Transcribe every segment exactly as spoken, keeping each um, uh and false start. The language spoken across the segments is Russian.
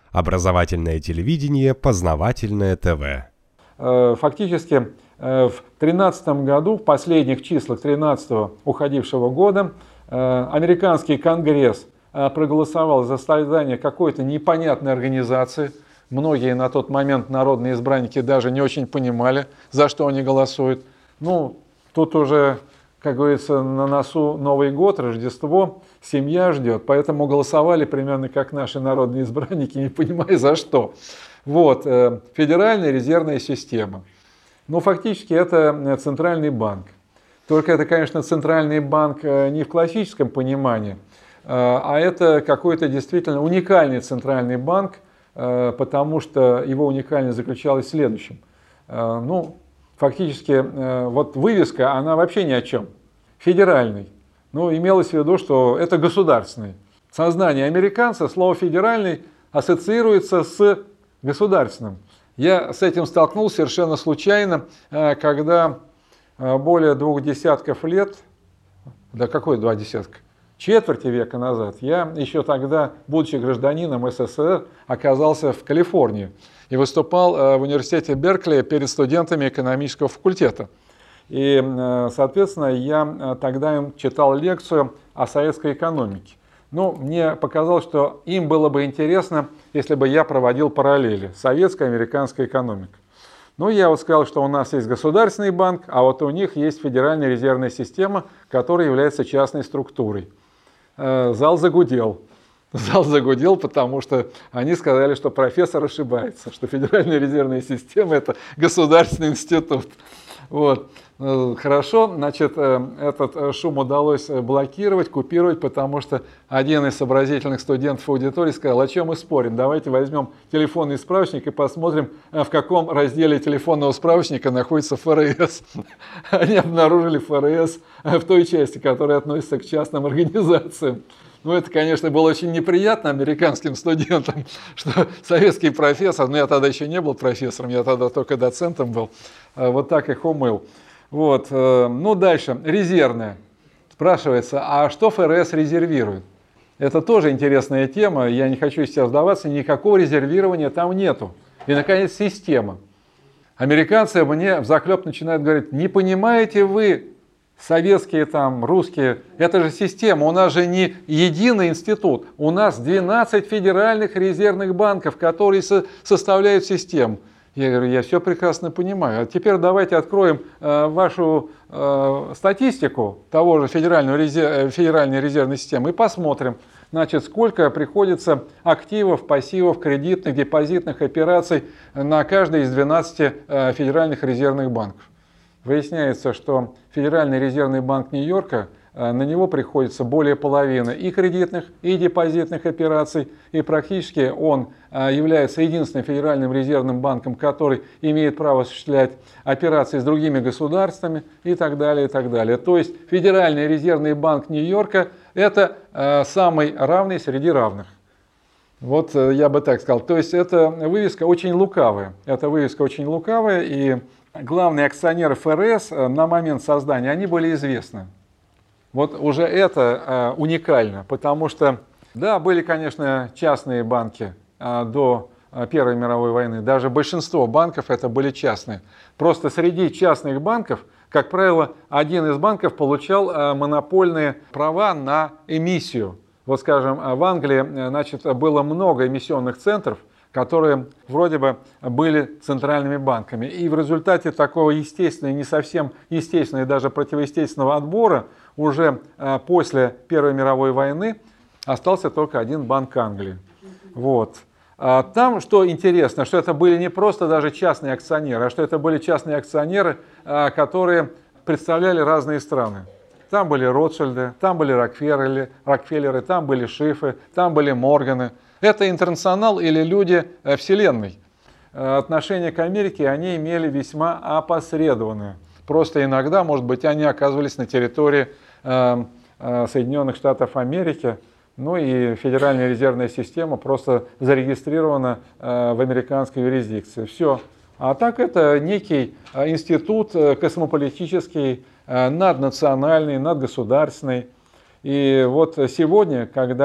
Образовательное телевидение, познавательное ТВ. Фактически в две тысячи тринадцатом году, в последних числах тринадцатого уходившего года, американский конгресс проголосовал за создание какой-то непонятной организации. Многие на тот момент народные избранники даже не очень понимали, за что они голосуют. Ну, тут уже, как говорится, на носу Новый год, Рождество, семья ждет, поэтому голосовали примерно как наши народные избранники, не понимая за что. Вот, Федеральная резервная система. Ну, фактически это центральный банк. Только это, конечно, центральный банк не в классическом понимании, а это какой-то действительно уникальный центральный банк, потому что его уникальность заключалась в следующем. Ну, фактически, вот вывеска, она вообще ни о чем. Федеральный. Ну, имелось в виду, что это государственный. В сознании американца слово «федеральный» ассоциируется с государственным. Я с этим столкнулся совершенно случайно, когда более двух десятков лет, да какой два десятка, четверти века назад, я еще тогда, будучи гражданином СССР, оказался в Калифорнии и выступал в университете Беркли перед студентами экономического факультета. И, соответственно, я тогда им читал лекцию о советской экономике. Ну, мне показалось, что им было бы интересно, если бы я проводил параллели советская и американская экономика. Ну, я вот сказал, что у нас есть государственный банк, а вот у них есть Федеральная резервная система, которая является частной структурой. Зал загудел. Зал загудел, потому что они сказали, что профессор ошибается, что Федеральная резервная система – это государственный институт. Вот. Хорошо, значит, этот шум удалось блокировать, купировать, потому что один из сообразительных студентов аудитории сказал: о чем мы спорим, давайте возьмем телефонный справочник и посмотрим, в каком разделе телефонного справочника находится ФРС. Они обнаружили ФРС в той части, которая относится к частным организациям. Ну, это, конечно, было очень неприятно американским студентам, что советский профессор, ну, я тогда еще не был профессором, я тогда только доцентом был, вот так их умыл. Вот. Ну, дальше, резервная. Спрашивается, а что ФРС резервирует? Это тоже интересная тема, я не хочу сейчас вдаваться, никакого резервирования там нету. И, наконец, система. Американцы мне взахлеб начинают говорить: не понимаете вы, советские, там, русские, это же система, у нас же не единый институт, у нас двенадцать федеральных резервных банков, которые со составляют систему. Я говорю, я все прекрасно понимаю. А теперь давайте откроем э, вашу э, статистику того же Федерального резерв, Федеральной резервной системы и посмотрим, значит, сколько приходится активов, пассивов, кредитных, депозитных операций на каждый из двенадцати э, федеральных резервных банков. Выясняется, что Федеральный резервный банк Нью-Йорка, на него приходится более половины и кредитных, и депозитных операций, и практически он является единственным федеральным резервным банком, который имеет право осуществлять операции с другими государствами и так далее, и так далее. То есть Федеральный резервный банк Нью-Йорка – это самый равный среди равных. Вот я бы так сказал. То есть эта вывеска очень лукавая. Эта вывеска очень лукавая, и главные акционеры ФРС на момент создания, они были известны. Вот уже это э, уникально, потому что, да, были, конечно, частные банки э, до э, Первой мировой войны, даже большинство банков это были частные. Просто среди частных банков, как правило, один из банков получал э, монопольные права на эмиссию. Вот, скажем, в Англии, значит, было много эмиссионных центров, которые вроде бы были центральными банками. И в результате такого естественного, не совсем естественного и даже противоестественного отбора уже после Первой мировой войны остался только один банк Англии. Вот. Там, что интересно, что это были не просто даже частные акционеры, а что это были частные акционеры, которые представляли разные страны. Там были Ротшильды, там были Рокфеллеры, Рокфеллеры, там были Шифы, там были Морганы. Это интернационал или люди Вселенной. Отношения к Америке они имели весьма опосредованные. Просто иногда, может быть, они оказывались на территории э, э, Соединенных Штатов Америки, ну и Федеральная резервная система просто зарегистрирована э, в американской юрисдикции. Все. А так это некий институт космополитический, наднациональный, надгосударственный. И вот сегодня, когда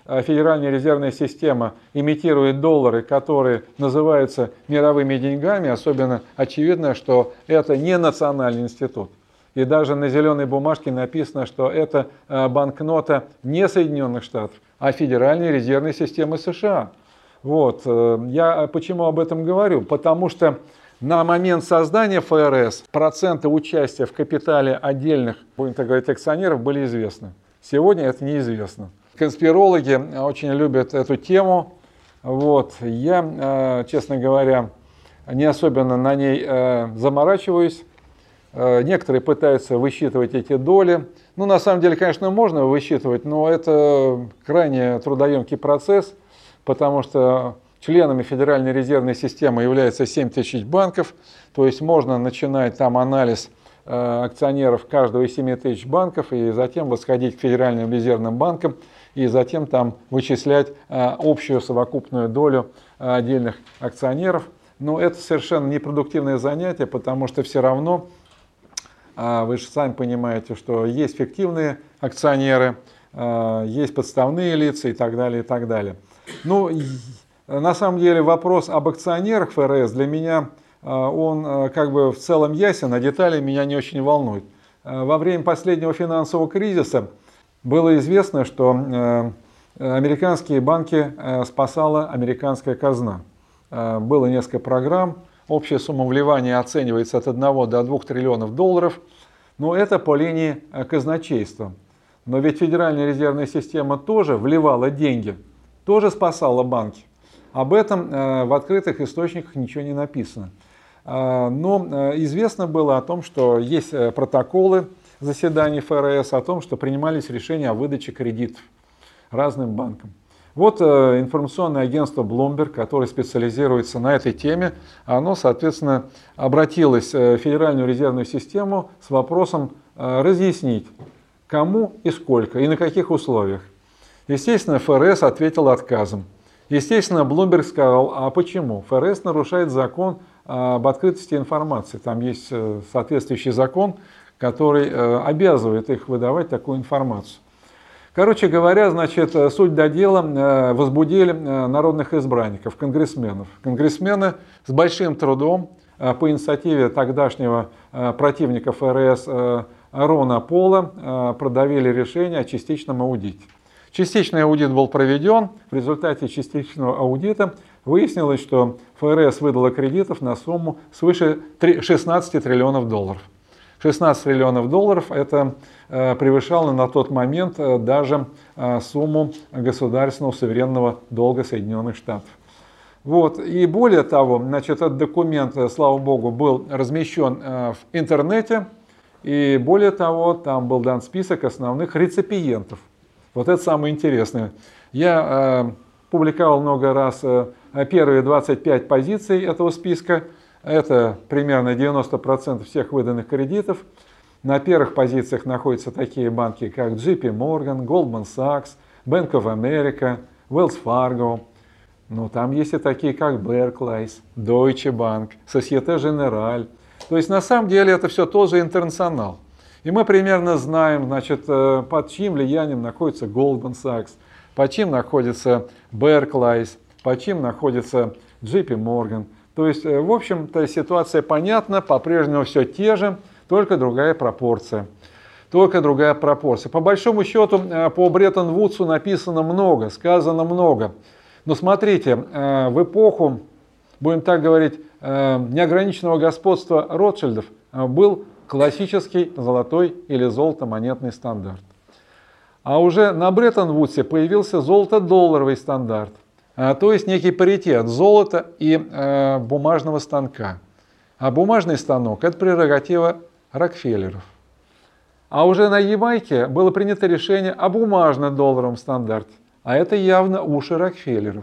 Федеральная резервная система имитирует доллары, которые называются мировыми деньгами, особенно очевидно, что это не национальный институт. И даже на зеленой бумажке написано, что это банкнота не Соединенных Штатов, а Федеральной резервной системы США. Вот. Я почему об этом говорю? Потому что на момент создания ФРС проценты участия в капитале отдельных, будем так говорить, акционеров были известны. Сегодня это неизвестно. Конспирологи очень любят эту тему. Вот. Я, честно говоря, не особенно на ней заморачиваюсь. Некоторые пытаются высчитывать эти доли. Ну, на самом деле, конечно, можно высчитывать, но это крайне трудоемкий процесс, потому что членами Федеральной резервной системы являются семь тысяч банков. То есть можно начинать там анализ акционеров каждого из семи тысяч банков и затем восходить к Федеральным резервным банкам и затем там вычислять общую совокупную долю отдельных акционеров. Но это совершенно непродуктивное занятие, потому что все равно, вы же сами понимаете, что есть фиктивные акционеры, есть подставные лица и так далее, и так далее. Ну, на самом деле вопрос об акционерах ФРС для меня, он как бы в целом ясен, а детали меня не очень волнуют. Во время последнего финансового кризиса было известно, что американские банки спасала американская казна. Было несколько программ. Общая сумма вливания оценивается от одного до двух триллионов долларов, но это по линии казначейства. Но ведь Федеральная резервная система тоже вливала деньги, тоже спасала банки. Об этом в открытых источниках ничего не написано. Но известно было о том, что есть протоколы заседаний ФРС, о том, что принимались решения о выдаче кредитов разным банкам. Вот э, информационное агентство Bloomberg, которое специализируется на этой теме, оно, соответственно, обратилось в Федеральную резервную систему с вопросом э, разъяснить, кому и сколько, и на каких условиях. Естественно, ФРС ответил отказом. Естественно, Bloomberg сказал, а почему? ФРС нарушает закон об открытости информации. Там есть э, соответствующий закон, который э, обязывает их выдавать такую информацию. Короче говоря, значит, суть до дела, возбудили народных избранников, конгрессменов. Конгрессмены с большим трудом по инициативе тогдашнего противника ФРС Рона Пола продавили решение о частичном аудите. Частичный аудит был проведен. В результате частичного аудита выяснилось, что ФРС выдала кредитов на сумму свыше шестнадцати триллионов долларов. шестнадцать триллионов долларов это э, превышало на тот момент э, даже э, сумму государственного суверенного долга Соединенных Штатов. Вот. И более того, значит, этот документ, слава богу, был размещен э, в интернете. И более того, там был дан список основных реципиентов. Вот это самое интересное. Я э, публиковал много раз э, первые двадцать пять позиций этого списка. Это примерно девяносто процентов всех выданных кредитов. На первых позициях находятся такие банки, как джей пи Morgan, Goldman Sachs, Bank of America, Wells Fargo. Но там есть и такие, как Barclays, Deutsche Bank, Societe Generale. То есть на самом деле это все тоже интернационал. И мы примерно знаем, значит, под чьим влиянием находится Goldman Sachs, под чьим находится Barclays, под чьим находится джей пи Morgan. То есть, в общем-то, ситуация понятна, по-прежнему все те же, только другая пропорция. Только другая пропорция. По большому счету, по Бреттон-Вудсу написано много, сказано много. Но смотрите, в эпоху, будем так говорить, неограниченного господства Ротшильдов был классический золотой или золото-монетный стандарт. А уже на Бреттон-Вудсе появился золото-долларовый стандарт. То есть некий паритет золота и э, бумажного станка. А бумажный станок – это прерогатива Рокфеллеров. А уже на Ямайке было принято решение о бумажно-долларовом стандарте. А это явно уши Рокфеллеров.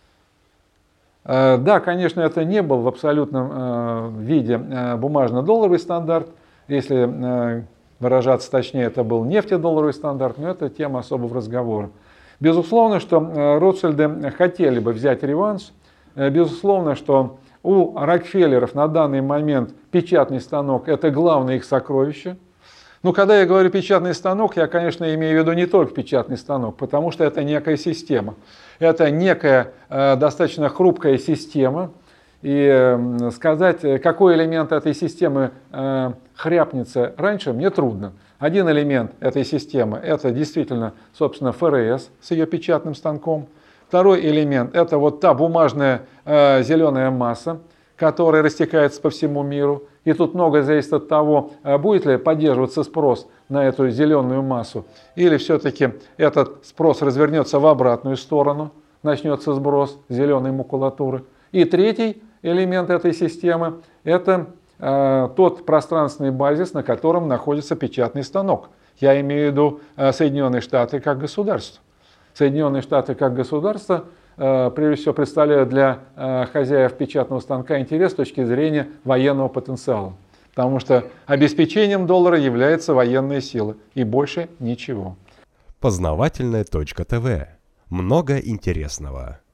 Э, да, конечно, это не был в абсолютном э, виде э, бумажно-долларовый стандарт. Если э, выражаться точнее, это был нефтедолларовый стандарт, но это тема особого разговора. Безусловно, что Ротшильды хотели бы взять реванш. Безусловно, что у Рокфеллеров на данный момент печатный станок – это главное их сокровище. Ну, когда я говорю печатный станок, я, конечно, имею в виду не только печатный станок, потому что это некая система. Это некая э, достаточно хрупкая система. И э, сказать, какой элемент этой системы э, хряпнется раньше, мне трудно. Один элемент этой системы – это действительно, собственно, эф эр эс с ее печатным станком. Второй элемент – это вот та бумажная э, зеленая масса, которая растекается по всему миру. И тут многое зависит от того, будет ли поддерживаться спрос на эту зеленую массу, или все-таки этот спрос развернется в обратную сторону, начнется сброс зеленой макулатуры. И третий элемент этой системы – это э, тот пространственный базис, на котором находится печатный станок. Я имею в виду э, Соединенные Штаты как государство. Соединенные Штаты как государство прежде всего представляют для хозяев печатного станка интерес с точки зрения военного потенциала. Потому что обеспечением доллара является военная сила. И больше ничего. Познавательная точка ТВ. Много интересного.